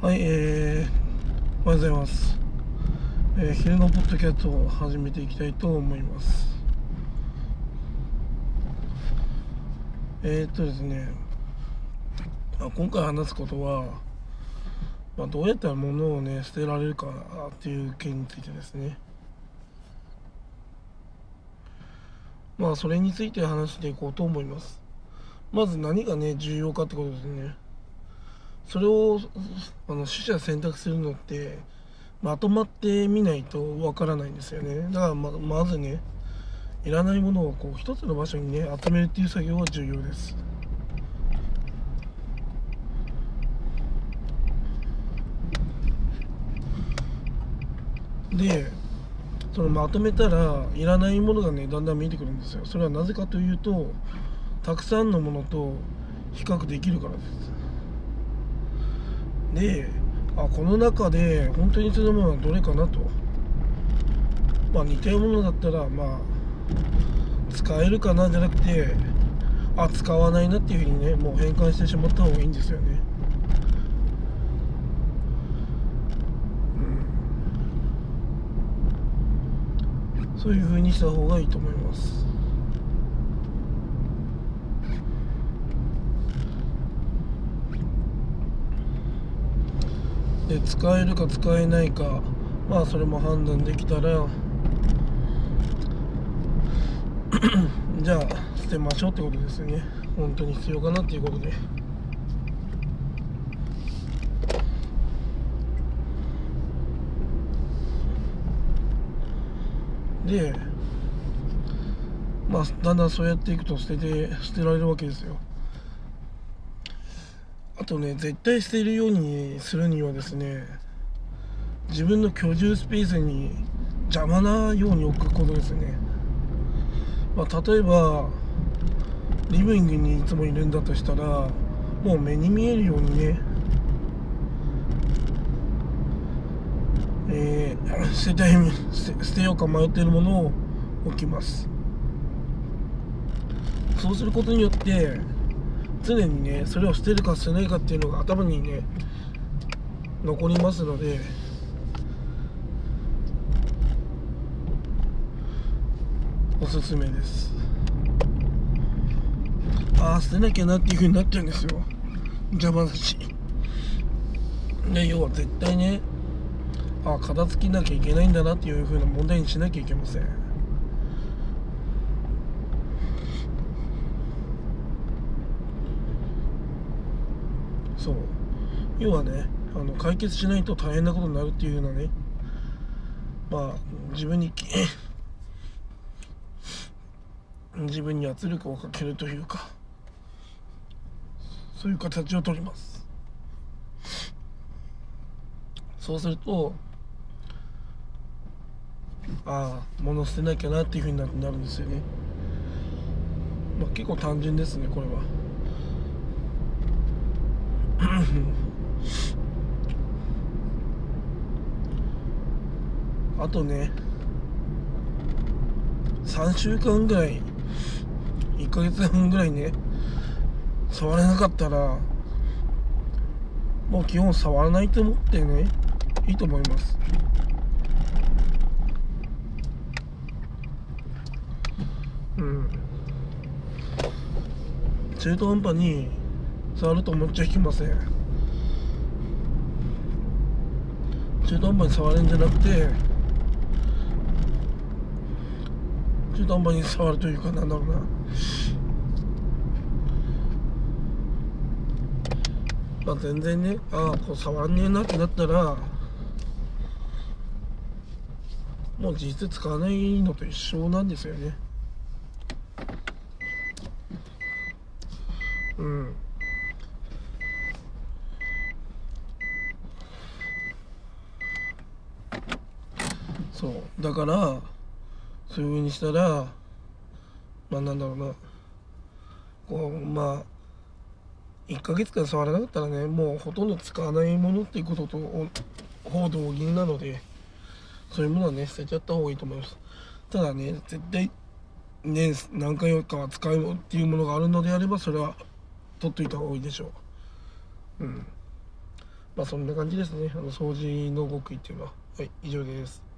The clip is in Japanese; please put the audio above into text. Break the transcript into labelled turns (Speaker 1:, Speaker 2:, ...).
Speaker 1: はい、おはようございます。昼のポッドキャストを始めていきたいと思います。ですね、今回話すことは、どうやったら物をね、捨てられるかっていう件についてですね。それについて話していこうと思います。まず何がね、重要かってことですね。それを取捨選択するのってまとまってみないとわからないんですよね。だからまずね、いらないものをこう一つの場所にね集めるっていう作業は重要です。で、そのまとめたらいらないものがねだんだん見えてくるんですよ。それはなぜかというと、たくさんのものと比較できるからです。で、この中で本当に必要なものはどれかなと、似たようなものだったら使えるかなじゃなくて、使わないなっていうふうにねもう変換してしまった方がいいんですよね。そういう風にした方がいいと思います。で、使えるか使えないか、それも判断できたらじゃあ捨てましょうってことですよね。本当に必要かなっていうことで。で、だんだんそうやっていくと捨てられるわけですよ。あとね、絶対捨てるようにするにはですね、自分の居住スペースに邪魔なように置くことですね。例えばリビングにいつもいるんだとしたら、もう目に見えるようにね、捨てようか迷っているものを置きます。そうすることによって常にねそれを捨てるか捨てないかっていうのが頭にね残りますので、おすすめです。捨てなきゃなっていう風になっちゃうんですよ。邪魔だし。で、要は絶対ね、片付けなきゃいけないんだなっていう風な問題にしなきゃいけません。そう、要はね、解決しないと大変なことになるっていう風なね、自分に自分に圧力をかけるというか、そういう形をとります。そうすると、物捨てなきゃなっていう風になるんですよね。結構単純ですね、これは。あとね、3週間ぐらい、1ヶ月半ぐらいね触れなかったら、もう基本触らないと思ってねいいと思います。中途半端に触ると思っちゃいけません。中途半端に触るんじゃなくて、中途半端に触るというか、なんだろうな、全然ね、こう触らねえなってなったら、もう実質使わないのと一緒なんですよね。そうだから、そういう風にしたら、なんだろうな、こう1ヶ月間触らなかったらね、もうほとんど使わないものっていうこととほぼ同義なので、そういうものはね捨てちゃった方がいいと思います。ただね、絶対ね何回かは使うっていうものがあるのであれば、それは取っといた方がいいでしょう。 まあそんな感じですね、掃除の極意っていうのは。はい、以上です。